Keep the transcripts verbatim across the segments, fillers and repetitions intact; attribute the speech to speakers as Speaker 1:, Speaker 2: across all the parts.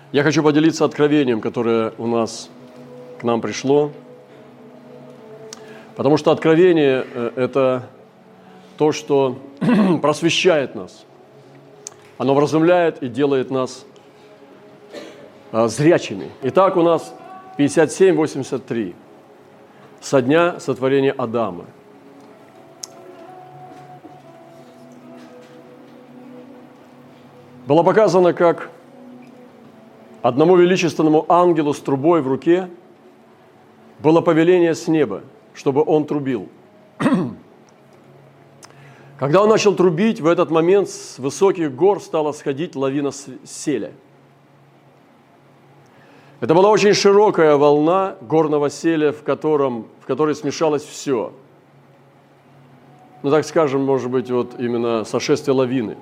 Speaker 1: Я хочу поделиться откровением, которое у нас к нам пришло, потому что откровение – это то, что просвещает нас. Оно вразумляет и делает нас зрячими. Итак, у нас пятьдесят семь восемьдесят три со дня сотворения Адама. Было показано, как одному величественному ангелу с трубой в руке было повеление с неба, чтобы он трубил. Когда он начал трубить, в этот момент с высоких гор стала сходить лавина селя. Это была очень широкая волна горного селя, в, котором, в которой смешалось все. Ну, так скажем, может быть, вот именно сошествие лавины.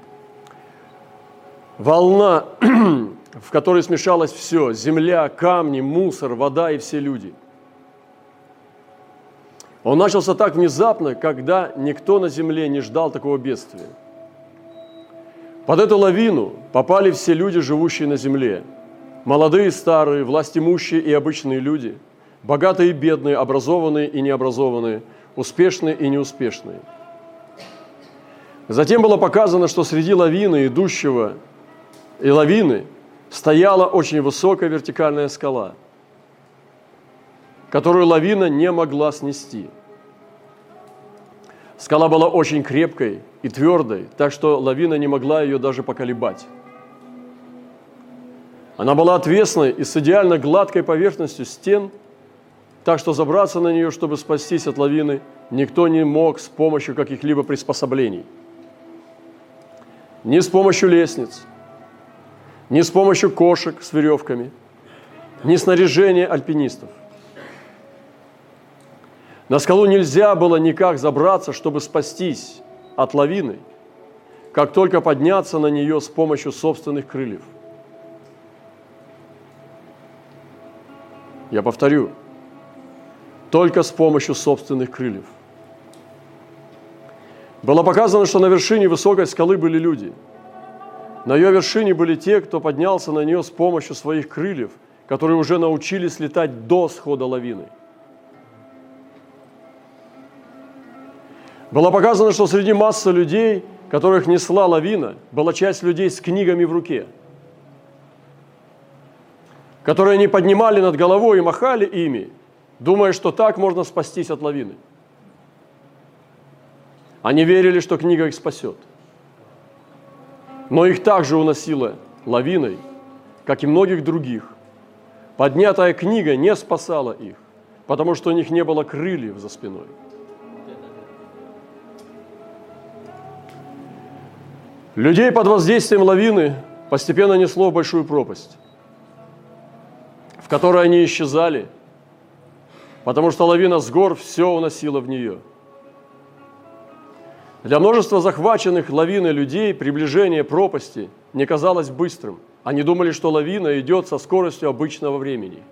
Speaker 1: Волна, в которой смешалось все – земля, камни, мусор, вода и все люди. Он начался так внезапно, когда никто на земле не ждал такого бедствия. Под эту лавину попали все люди, живущие на земле. Молодые, старые, властимущие и обычные люди, богатые и бедные, образованные и необразованные, успешные и неуспешные. Затем было показано, что среди лавины, идущего и лавины, стояла очень высокая вертикальная скала, которую лавина не могла снести. Скала была очень крепкой и твердой, так что лавина не могла ее даже поколебать. Она была отвесной и с идеально гладкой поверхностью стен, так что забраться на нее, чтобы спастись от лавины, никто не мог с помощью каких-либо приспособлений. Ни с помощью лестниц, ни с помощью кошек с веревками, ни снаряжения альпинистов. На скалу нельзя было никак забраться, чтобы спастись от лавины, как только подняться на нее с помощью собственных крыльев. Я повторю, только с помощью собственных крыльев. Было показано, что на вершине высокой скалы были люди. На ее вершине были те, кто поднялся на нее с помощью своих крыльев, которые уже научились летать до схода лавины. Было показано, что среди массы людей, которых несла лавина, была часть людей с книгами в руке, которые они поднимали над головой и махали ими, думая, что так можно спастись от лавины. Они верили, что книга их спасет. Но их также уносила лавиной, как и многих других. Поднятая книга не спасала их, потому что у них не было крыльев за спиной. Людей под воздействием лавины постепенно несло в большую пропасть, в которой они исчезали, потому что лавина с гор все уносила в нее. Для множества захваченных лавиной людей приближение пропасти не казалось быстрым. Они думали, что лавина идет со скоростью обычного времени.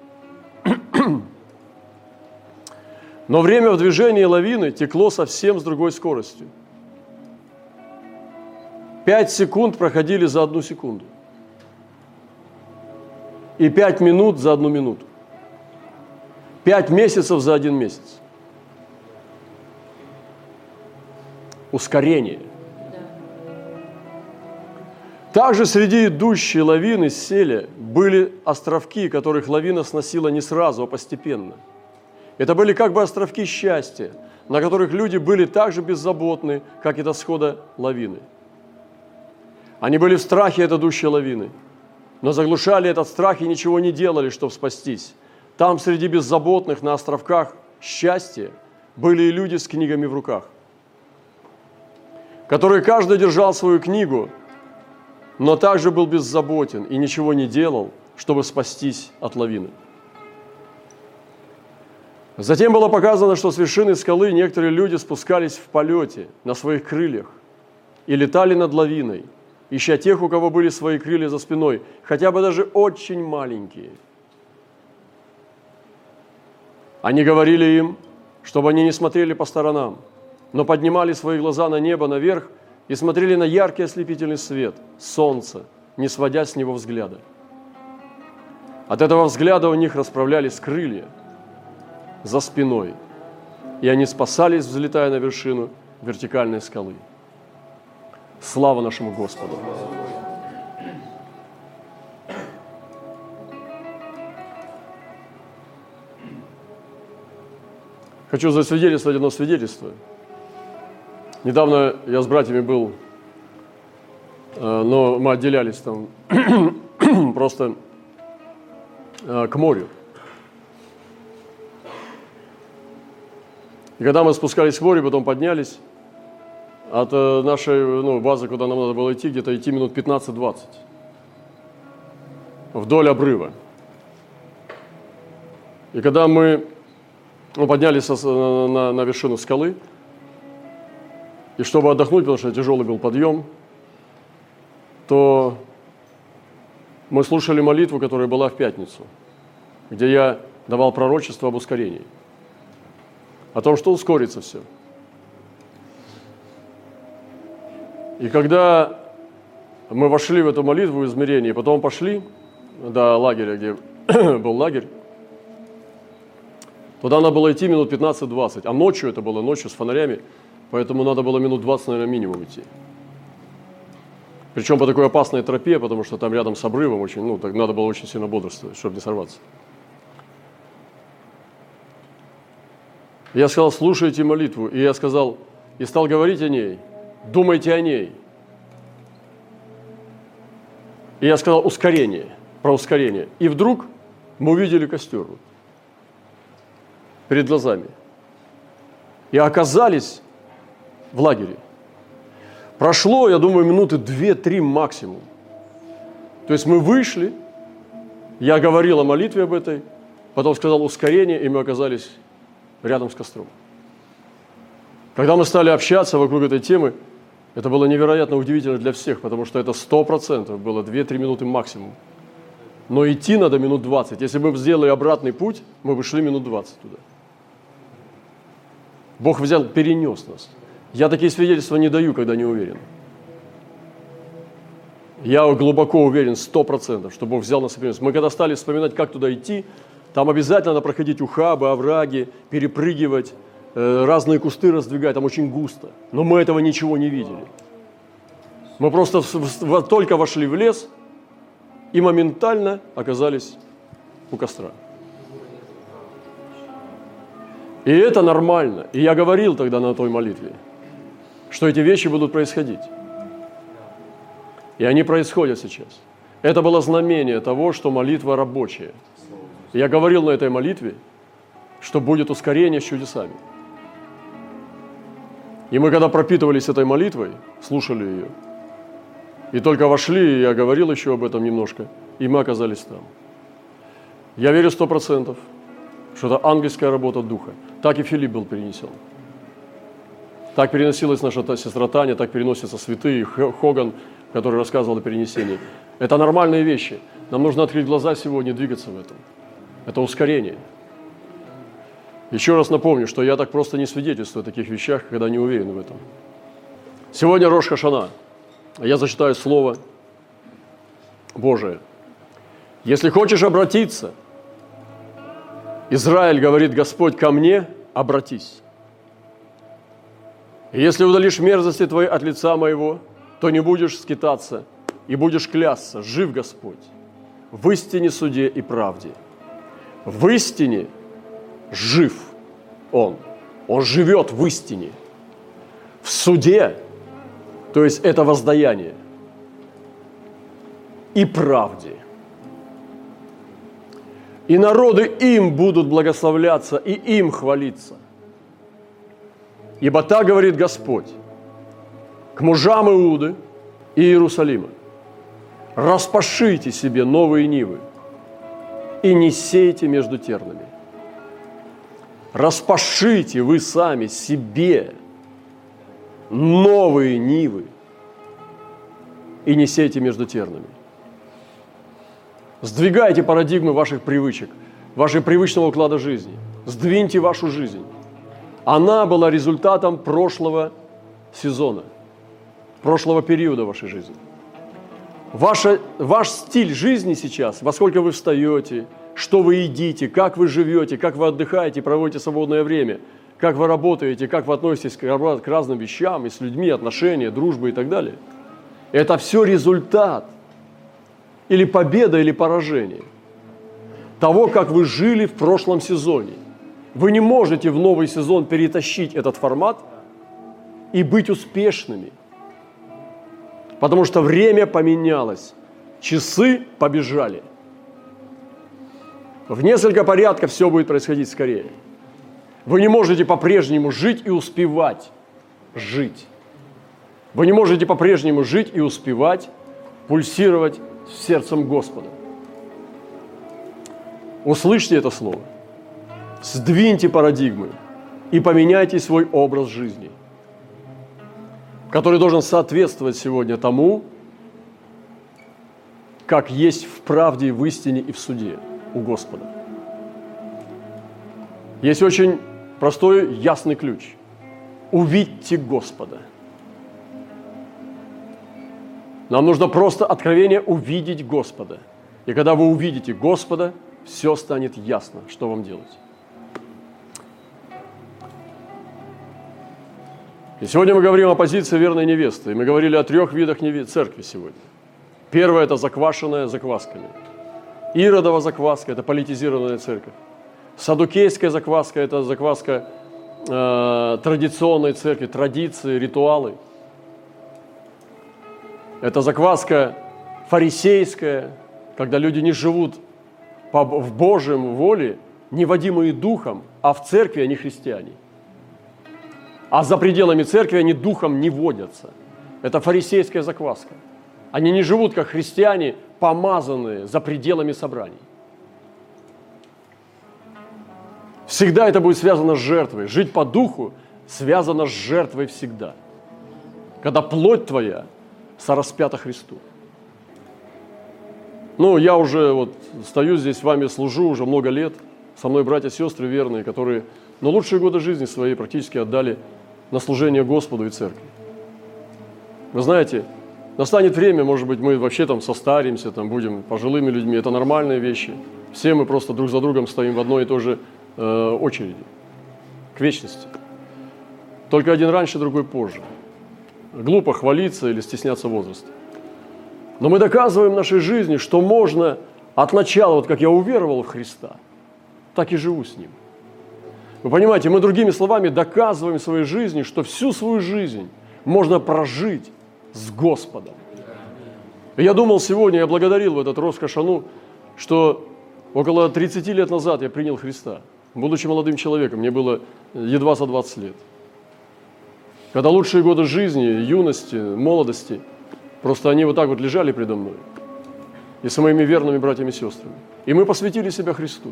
Speaker 1: Но время в движении лавины текло совсем с другой скоростью. Пять секунд проходили за одну секунду. И пять минут за одну минуту. Пять месяцев за один месяц. Ускорение. Также среди идущей лавины селя были островки, которых лавина сносила не сразу, а постепенно. Это были как бы островки счастья, на которых люди были так же беззаботны, как и до схода лавины. Они были в страхе от идущей лавины, но заглушали этот страх и ничего не делали, чтобы спастись. Там среди беззаботных на островках счастья были и люди с книгами в руках, которые каждый держал свою книгу, но также был беззаботен и ничего не делал, чтобы спастись от лавины. Затем было показано, что с вершины скалы некоторые люди спускались в полете на своих крыльях и летали над лавиной, ища тех, у кого были свои крылья за спиной, хотя бы даже очень маленькие. Они говорили им, чтобы они не смотрели по сторонам, но поднимали свои глаза на небо наверх и смотрели на яркий ослепительный свет, солнце, не сводя с него взгляда. От этого взгляда у них расправлялись крылья за спиной, и они спасались, взлетая на вершину вертикальной скалы. Слава нашему Господу! Хочу засвидетельствовать одно свидетельство. Недавно я с братьями был, но мы отделялись там просто к морю. И когда мы спускались к морю, потом поднялись, от нашей ну, базы, куда нам надо было идти, где-то идти минут пятнадцать-двадцать вдоль обрыва. И когда мы ну, поднялись на, на, на вершину скалы, и чтобы отдохнуть, потому что тяжелый был подъем, то мы слушали молитву, которая была в пятницу, где я давал пророчество об ускорении, о том, что ускорится все. И когда мы вошли в эту молитву измерения, потом пошли до лагеря, где был лагерь, туда надо было идти минут пятнадцать-двадцать, а ночью это было, ночью с фонарями, поэтому надо было минут двадцать, наверное, минимум идти. Причем по такой опасной тропе, потому что там рядом с обрывом очень, ну, так надо было очень сильно бодрствовать, чтобы не сорваться. Я сказал, слушайте молитву, и я сказал, и стал говорить о ней, думайте о ней. И я сказал ускорение, про ускорение. И вдруг мы увидели костер перед глазами. И оказались в лагере. Прошло, я думаю, минуты две-три максимум. То есть мы вышли, я говорил о молитве об этой, потом сказал ускорение, и мы оказались рядом с костром. Когда мы стали общаться вокруг этой темы, это было невероятно удивительно для всех, потому что это сто процентов было две-три минуты максимум. Но идти надо минут двадцать. Если бы мы сделали обратный путь, мы бы шли минут двадцать туда. Бог взял, перенес нас. Я такие свидетельства не даю, когда не уверен. Я глубоко уверен, сто процентов, что Бог взял нас и перенес. Мы когда стали вспоминать, как туда идти, там обязательно надо проходить ухабы, овраги, перепрыгивать, э, разные кусты раздвигать, там очень густо. Но мы этого ничего не видели. Мы просто в, в, только вошли в лес и моментально оказались у костра. И это нормально. И я говорил тогда на той молитве, что эти вещи будут происходить. И они происходят сейчас. Это было знамение того, что молитва рабочая. Я говорил на этой молитве, что будет ускорение с чудесами. И мы, когда пропитывались этой молитвой, слушали ее, и только вошли, я говорил еще об этом немножко, и мы оказались там. Я верю сто процентов, что это ангельская работа Духа. Так и Филипп был перенесен. Так переносилась наша сестра Таня, так переносятся святые, Хоган, который рассказывал о перенесении. Это нормальные вещи. Нам нужно открыть глаза сегодня и двигаться в этом. Это ускорение. Еще раз напомню, что я так просто не свидетельствую о таких вещах, когда не уверен в этом. Сегодня Рош Хашана. Я зачитаю Слово Божие. Если хочешь обратиться, Израиль, говорит Господь, ко мне обратись. И если удалишь мерзости твои от лица моего, то не будешь скитаться и будешь клясться, жив Господь, в истине, суде и правде. В истине жив Он. Он живет в истине. В суде, то есть это воздаяние, и правде. И народы им будут благословляться, и им хвалиться. Ибо так говорит Господь к мужам Иуды и Иерусалима: распашите себе новые нивы и не сейте между тернами. Распашите вы сами себе новые нивы и не сейте между тернами. Сдвигайте парадигмы ваших привычек, вашего привычного уклада жизни. Сдвиньте вашу жизнь. Она была результатом прошлого сезона, прошлого периода вашей жизни. Ваша, ваш стиль жизни сейчас, во сколько вы встаете, что вы едите, как вы живете, как вы отдыхаете, проводите свободное время, как вы работаете, как вы относитесь к разным вещам, и с людьми, отношения, дружбы и так далее. Это все результат или победа, или поражение того, как вы жили в прошлом сезоне. Вы не можете в новый сезон перетащить этот формат и быть успешными, потому что время поменялось, часы побежали. В несколько порядков все будет происходить скорее. Вы не можете по-прежнему жить и успевать жить. Вы не можете по-прежнему жить и успевать пульсировать сердцем Господа. Услышьте это слово. Сдвиньте парадигмы и поменяйте свой образ жизни, который должен соответствовать сегодня тому, как есть в правде, и в истине и в суде у Господа. Есть очень простой, ясный ключ. Увидьте Господа. Нам нужно просто откровение увидеть Господа. И когда вы увидите Господа, все станет ясно, что вам делать. И сегодня мы говорим о позиции верной невесты. И мы говорили о трех видах церкви сегодня. Первое – это заквашенная заквасками. Иродова закваска – это политизированная церковь. Саддукейская закваска – это закваска э, традиционной церкви, традиции, ритуалы. Это закваска фарисейская, когда люди не живут по, в Божьем воле, не водимые духом, а в церкви они христиане. А за пределами церкви они духом не водятся. Это фарисейская закваска. Они не живут как христиане, помазанные за пределами собраний. Всегда это будет связано с жертвой. Жить по духу связано с жертвой всегда. Когда плоть твоя сораспята Христу. Ну, я уже вот стою здесь, с вами служу уже много лет. Со мной братья и сестры верные, которые на лучшие годы жизни своей практически отдали на служение Господу и церкви. Вы знаете, настанет время, может быть, мы вообще там состаримся, там будем пожилыми людьми. Это нормальные вещи. Все мы просто друг за другом стоим в одной и той же э, очереди к вечности. Только один раньше, другой позже. Глупо хвалиться или стесняться возраста. Но мы доказываем в нашей жизни, что можно от начала, вот как я уверовал в Христа, так и живу с Ним. Вы понимаете, мы другими словами доказываем в своей жизни, что всю свою жизнь можно прожить с Господом. И я думал сегодня, я благодарил в этот Рош ха-Шану, что около тридцати лет назад я принял Христа. Будучи молодым человеком, мне было едва за двадцать лет. Когда лучшие годы жизни, юности, молодости, просто они вот так вот лежали предо мной. И с моими верными братьями и сестрами. И мы посвятили себя Христу.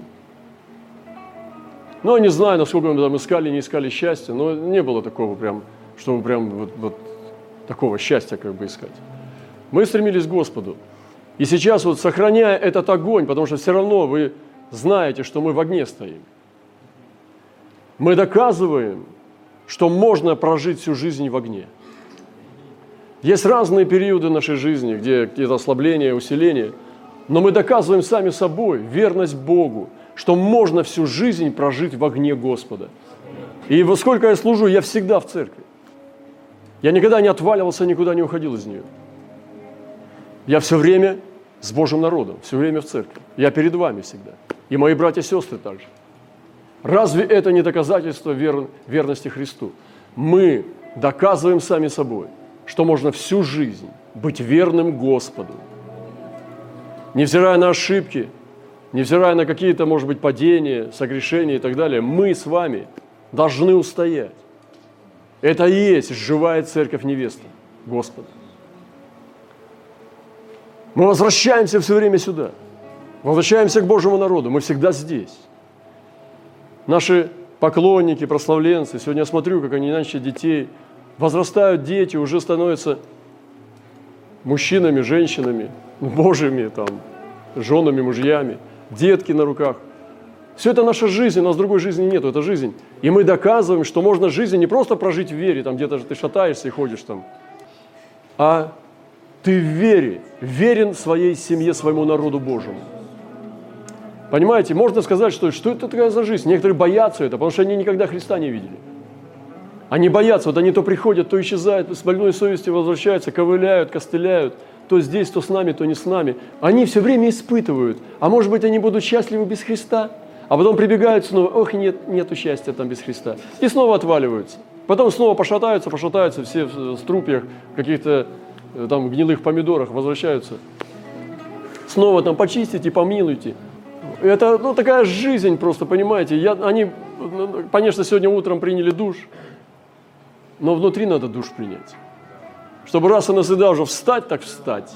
Speaker 1: Ну, я не знаю, насколько мы там искали, не искали счастья, но не было такого прям, чтобы прям вот, вот такого счастья как бы искать. Мы стремились к Господу. И сейчас вот сохраняя этот огонь, потому что все равно вы знаете, что мы в огне стоим. Мы доказываем, что можно прожить всю жизнь в огне. Есть разные периоды нашей жизни, где какие-то ослабления, усиления, но мы доказываем сами собой верность Богу, что можно всю жизнь прожить в огне Господа. И во сколько я служу, я всегда в церкви. Я никогда не отваливался, никуда не уходил из нее. Я все время с Божьим народом, все время в церкви. Я перед вами всегда. И мои братья и сестры также. Разве это не доказательство вер... верности Христу? Мы доказываем сами собой, что можно всю жизнь быть верным Господу. Невзирая на ошибки, невзирая на какие-то, может быть, падения, согрешения и так далее, мы с вами должны устоять. Это и есть живая церковь невесты Господа. Мы возвращаемся все время сюда. Возвращаемся к Божьему народу. Мы всегда здесь. Наши поклонники, прославленцы, сегодня я смотрю, как они начали детей, возрастают дети, уже становятся мужчинами, женщинами, Божьими, там, женами, мужьями, детки на руках. Все это наша жизнь, у нас другой жизни нет, это жизнь. И мы доказываем, что можно жизнь не просто прожить в вере, там где-то ты шатаешься и ходишь там, а Ты в вере, верен своей семье, своему народу Божьему. Понимаете, можно сказать, что, что это такая за жизнь. Некоторые боятся это, потому что они никогда Христа не видели. Они боятся, вот они то приходят, то исчезают, с больной совестью возвращаются, ковыляют, костыляют, то здесь, то с нами, то не с нами. Они все время испытывают, а может быть, они будут счастливы без Христа, а потом прибегают снова, ох, нет, нету счастья там без Христа, и снова отваливаются. Потом снова пошатаются, пошатаются, все в струпьях, каких-то там гнилых помидорах возвращаются. Снова там почистите, помилуйте. Это ну, такая жизнь просто, понимаете. Я, они, конечно, сегодня утром приняли душ, но внутри надо душ принять. Чтобы раз и навсегда уже встать, так встать.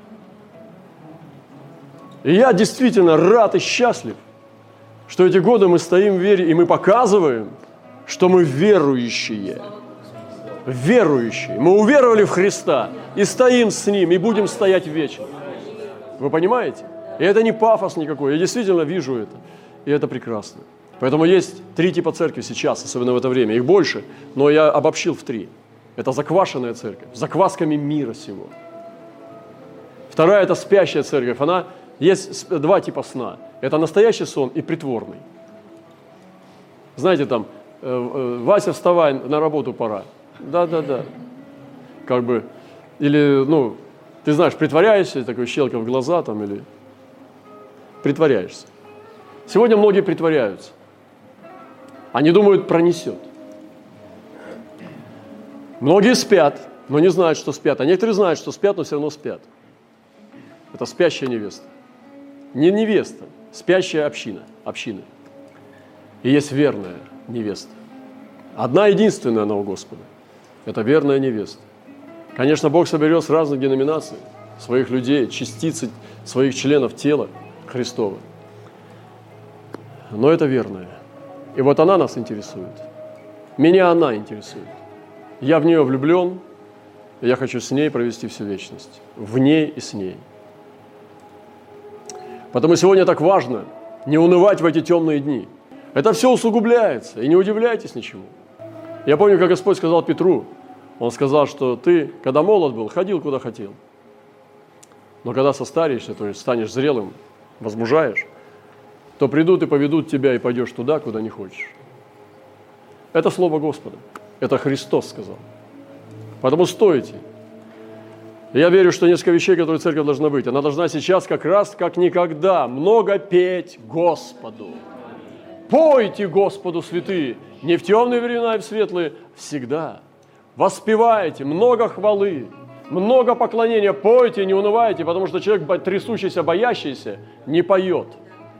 Speaker 1: И я действительно рад и счастлив, что эти годы мы стоим в вере, и мы показываем, что мы верующие. Верующие. Мы уверовали в Христа, и стоим с Ним, и будем стоять вечно. Вы понимаете? И это не пафос никакой, я действительно вижу это, и это прекрасно. Поэтому есть три типа церкви сейчас, особенно в это время, их больше, но я обобщил в три. Это заквашенная церковь, с заквасками мира сего. Вторая – это спящая церковь, она, есть два типа сна, это настоящий сон и притворный. Знаете, там, Вася, вставай, на работу пора. Да-да-да. Как бы, или, ну, ты знаешь, притворяешься, такой щелка в глаза там, или... Притворяешься. Сегодня многие притворяются. Они думают, пронесет. Многие спят, но не знают, что спят. А некоторые знают, что спят, но все равно спят. Это спящая невеста. Не невеста, спящая община. община. И есть верная невеста. Одна единственная она у Господа. Это верная невеста. Конечно, Бог соберет с разных деноминаций своих людей, частицы своих членов тела Христова. Но это верная. И вот она нас интересует. Меня она интересует. Я в нее влюблен, и я хочу с ней провести всю вечность. В ней и с ней. Потому сегодня так важно не унывать в эти темные дни. Это все усугубляется, и не удивляйтесь ничему. Я помню, как Господь сказал Петру, Он сказал, что ты, когда молод был, ходил куда хотел. Но когда состаришься, то есть станешь зрелым, возмужаешь, то придут и поведут тебя, и пойдешь туда, куда не хочешь. Это слово Господа. Это Христос сказал. Поэтому стойте. Я верю, что несколько вещей, которые церковь должна быть. Она должна сейчас как раз, как никогда, много петь Господу. Пойте Господу, святые, не в темные времена и в светлые, всегда. Воспевайте, много хвалы, много поклонения. Пойте, не унывайте, потому что человек, трясущийся, боящийся, не поет.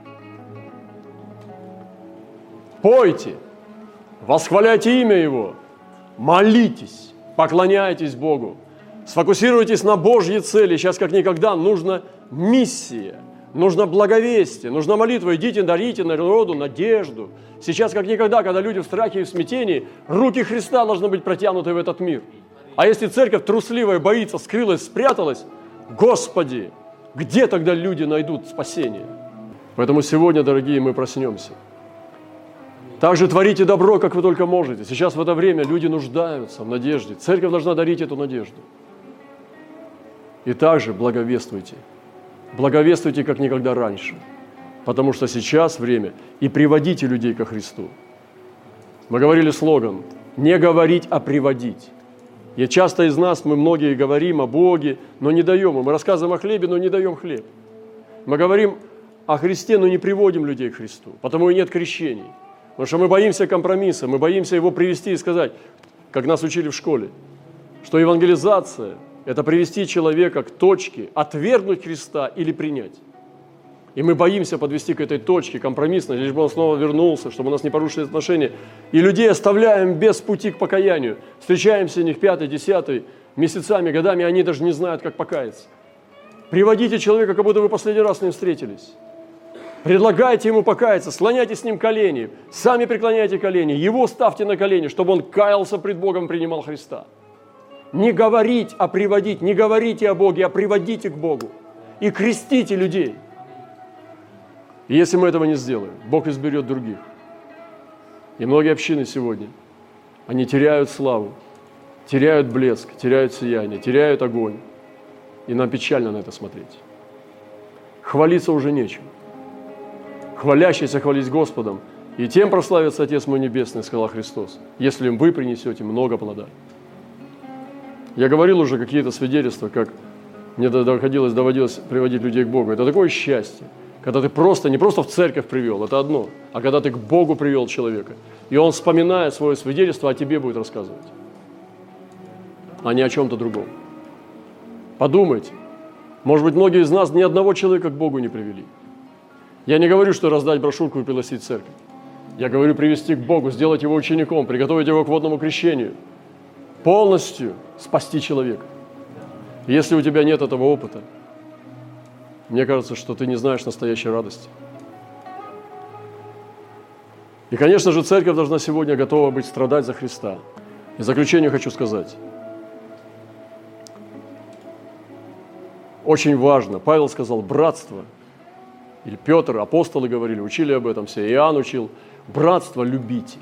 Speaker 1: Пойте, восхваляйте имя Его, молитесь, поклоняйтесь Богу, сфокусируйтесь на Божьей цели. Сейчас как никогда нужна миссия, нужно благовестие, нужна молитва. Идите, дарите народу надежду. Сейчас как никогда, когда люди в страхе и в смятении, руки Христа должны быть протянуты в этот мир. А если церковь трусливая, боится, скрылась, спряталась, Господи, где тогда люди найдут спасение? Поэтому сегодня, дорогие, мы проснемся. Также творите добро, как вы только можете. Сейчас в это время люди нуждаются в надежде. Церковь должна дарить эту надежду. И также благовествуйте. Благовествуйте, как никогда раньше. Потому что сейчас время. И приводите людей ко Христу. Мы говорили слоган «Не говорить, а приводить». И часто из нас, мы многие говорим о Боге, но не даем. Мы рассказываем о хлебе, но не даем хлеб. Мы говорим о Христе, но не приводим людей к Христу. Потому и нет крещений. Потому что мы боимся компромисса, мы боимся его привести и сказать, как нас учили в школе, что евангелизация – это привести человека к точке, отвергнуть Христа или принять. И мы боимся подвести к этой точке компромиссно, лишь бы он снова вернулся, чтобы у нас не порушили отношения. И людей оставляем без пути к покаянию. Встречаемся с них пятый, десятый, месяцами, годами, они даже не знают, как покаяться. Приводите человека, как будто вы последний раз с ним встретились. Предлагайте ему покаяться, слоняйте с ним колени, сами преклоняйте колени, его ставьте на колени, чтобы он каялся пред Богом и принимал Христа. Не говорить, а приводить, не говорите о Боге, а приводите к Богу и крестите людей. И если мы этого не сделаем, Бог изберет других. И многие общины сегодня, они теряют славу, теряют блеск, теряют сияние, теряют огонь. И нам печально на это смотреть. Хвалиться уже нечем. Хвалящийся хвались Господом, и тем прославится Отец мой Небесный, сказал Христос, если вы принесете много плода. Я говорил уже какие-то свидетельства, как мне доходилось, доводилось приводить людей к Богу. Это такое счастье, когда ты просто, не просто в церковь привел, это одно, а когда ты к Богу привел человека, и он, вспоминая свое свидетельство, о тебе будет рассказывать, а не о чем-то другом. Подумайте, может быть, многие из нас ни одного человека к Богу не привели. Я не говорю, что раздать брошюрку и пригласить в церковь. Я говорю привести к Богу, сделать его учеником, приготовить его к водному крещению, полностью спасти человека. Если у тебя нет этого опыта, мне кажется, что ты не знаешь настоящей радости. И, конечно же, церковь должна сегодня готова быть страдать за Христа. И в заключение хочу сказать. Очень важно, Павел сказал, братство, или Петр, апостолы говорили, учили об этом все, Иоанн учил, братство любите.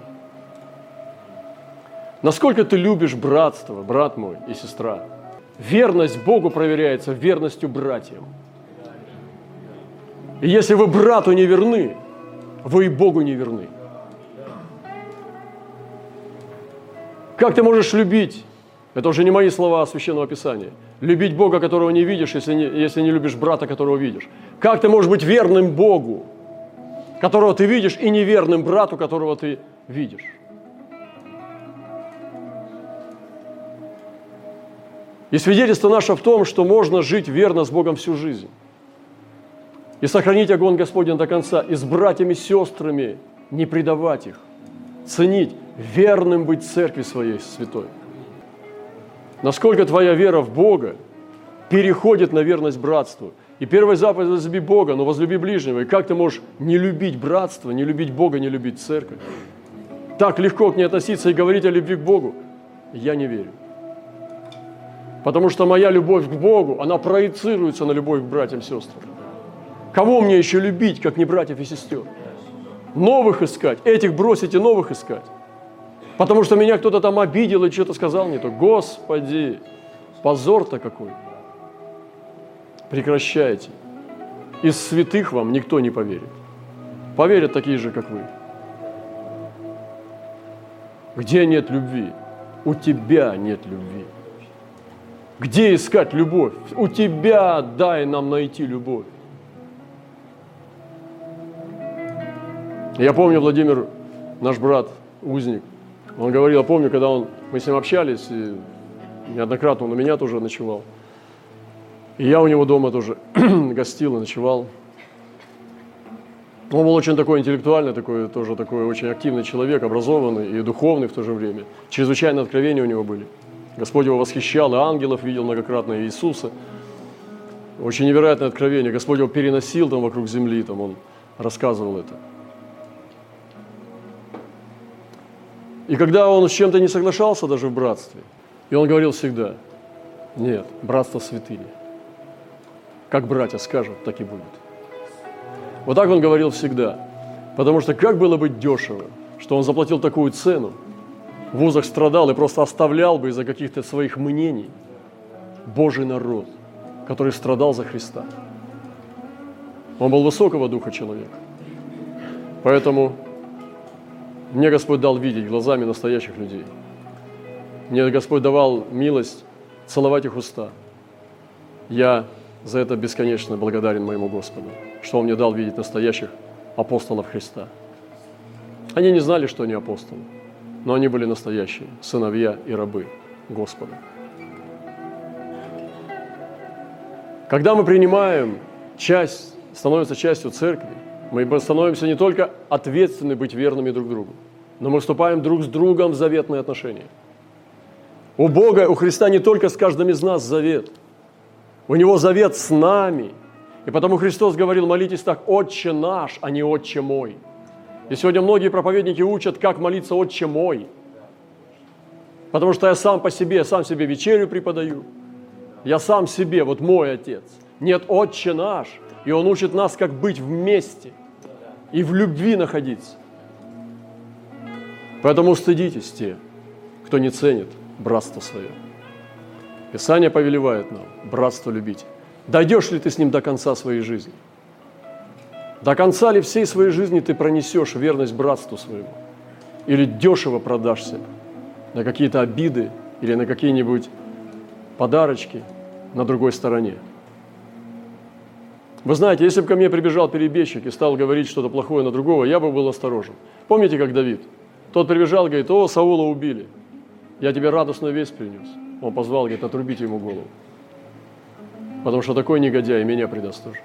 Speaker 1: Насколько ты любишь братство, брат мой и сестра? Верность Богу проверяется верностью братьям. И если вы брату не верны, вы и Богу не верны. Как ты можешь любить? Это уже не мои слова Священного Писания. Любить Бога, которого не видишь, если не, если не любишь брата, которого видишь. Как ты можешь быть верным Богу, которого ты видишь, и неверным брату, которого ты видишь? И свидетельство наше в том, что можно жить верно с Богом всю жизнь. И сохранить огонь Господень до конца. И с братьями, сестрами не предавать их. Ценить, верным быть церкви своей святой. Насколько твоя вера в Бога переходит на верность братству. И первая заповедь – возлюби Бога, но возлюби ближнего. И как ты можешь не любить братство, не любить Бога, не любить церковь? Так легко к ней относиться и говорить о любви к Богу? Я не верю. Потому что моя любовь к Богу, она проецируется на любовь к братьям и сестрам. Кого мне еще любить, как не братьев и сестер? Новых искать, этих бросить и новых искать. Потому что меня кто-то там обидел и что-то сказал не то. Господи, позор-то какой. Прекращайте. Из святых вам никто не поверит. Поверят такие же, как вы. Где нет любви? У тебя нет любви. Где искать любовь? У тебя дай нам найти любовь. Я помню, Владимир, наш брат, узник, он говорил, я помню, когда он, мы с ним общались, и неоднократно он у меня тоже ночевал. И я у него дома тоже гостил и ночевал. Он был очень такой интеллектуальный, такой, тоже такой очень активный человек, образованный и духовный в то же время. Чрезвычайные откровения у него были. Господь его восхищал, и ангелов видел многократно, и Иисуса. Очень невероятное откровение. Господь его переносил там вокруг земли, там он рассказывал это. И когда он с чем-то не соглашался даже в братстве, и он говорил всегда, нет, братство святыня. Как братья скажут, так и будет. Вот так он говорил всегда. Потому что как было быть дешево, что он заплатил такую цену, в вузах страдал и просто оставлял бы из-за каких-то своих мнений Божий народ, который страдал за Христа. Он был высокого духа человек. Поэтому мне Господь дал видеть глазами настоящих людей. Мне Господь давал милость целовать их уста. Я за это бесконечно благодарен моему Господу, что Он мне дал видеть настоящих апостолов Христа. Они не знали, что они апостолы, но они были настоящие сыновья и рабы Господа. Когда мы принимаем часть, становимся частью церкви, мы становимся не только ответственны быть верными друг другу, но мы вступаем друг с другом в заветные отношения. У Бога, у Христа не только с каждым из нас завет, у Него завет с нами. И потому Христос говорил, молитесь так, Отче наш, а не Отче мой. И сегодня многие проповедники учат, как молиться Отче мой. Потому что я сам по себе, сам себе вечерю преподаю. Я сам себе, вот мой Отец. Нет, Отче наш. И Он учит нас, как быть вместе и в любви находиться. Поэтому стыдитесь те, кто не ценит братство свое. Писание повелевает нам братство любить. Дойдешь ли ты с ним до конца своей жизни? До конца ли всей своей жизни ты пронесешь верность братству своему? Или дешево продашься на какие-то обиды или на какие-нибудь подарочки на другой стороне? Вы знаете, если бы ко мне прибежал перебежчик и стал говорить что-то плохое на другого, я бы был осторожен. Помните, как Давид? Тот прибежал, говорит: о, Саула убили, я тебе радостную весть принес. Он позвал, говорит: отрубите ему голову, потому что такой негодяй меня предаст тоже.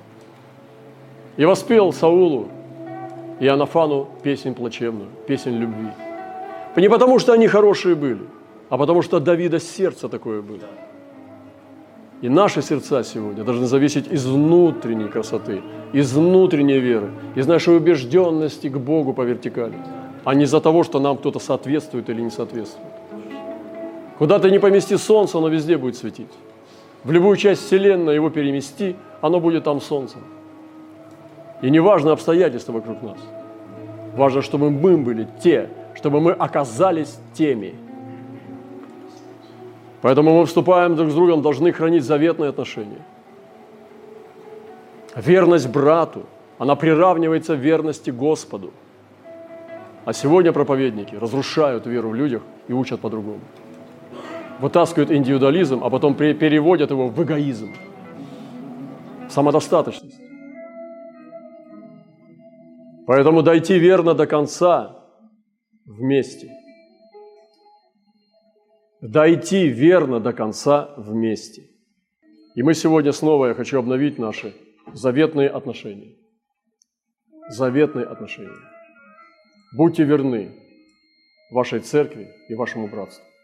Speaker 1: И воспел Саулу и Иоаннафану песнь плачевную, песнь любви. Не потому, что они хорошие были, а потому, что Давида сердце такое было. И наши сердца сегодня должны зависеть из внутренней красоты, из внутренней веры, из нашей убежденности к Богу по вертикали, а не из-за того, что нам кто-то соответствует или не соответствует. Куда ты не помести солнце, оно везде будет светить. В любую часть вселенной его перемести, оно будет там солнцем. И не важно обстоятельства вокруг нас. Важно, чтобы мы были те, чтобы мы оказались теми. Поэтому мы вступаем друг с другом, должны хранить заветные отношения. Верность брату, она приравнивается верности Господу. А сегодня проповедники разрушают веру в людях и учат по-другому. Вытаскивают индивидуализм, а потом переводят его в эгоизм, в самодостаточность. Поэтому дойти верно до конца вместе. Дойти верно до конца вместе. И мы сегодня снова, я хочу обновить наши заветные отношения. Заветные отношения. Будьте верны вашей церкви и вашему братству.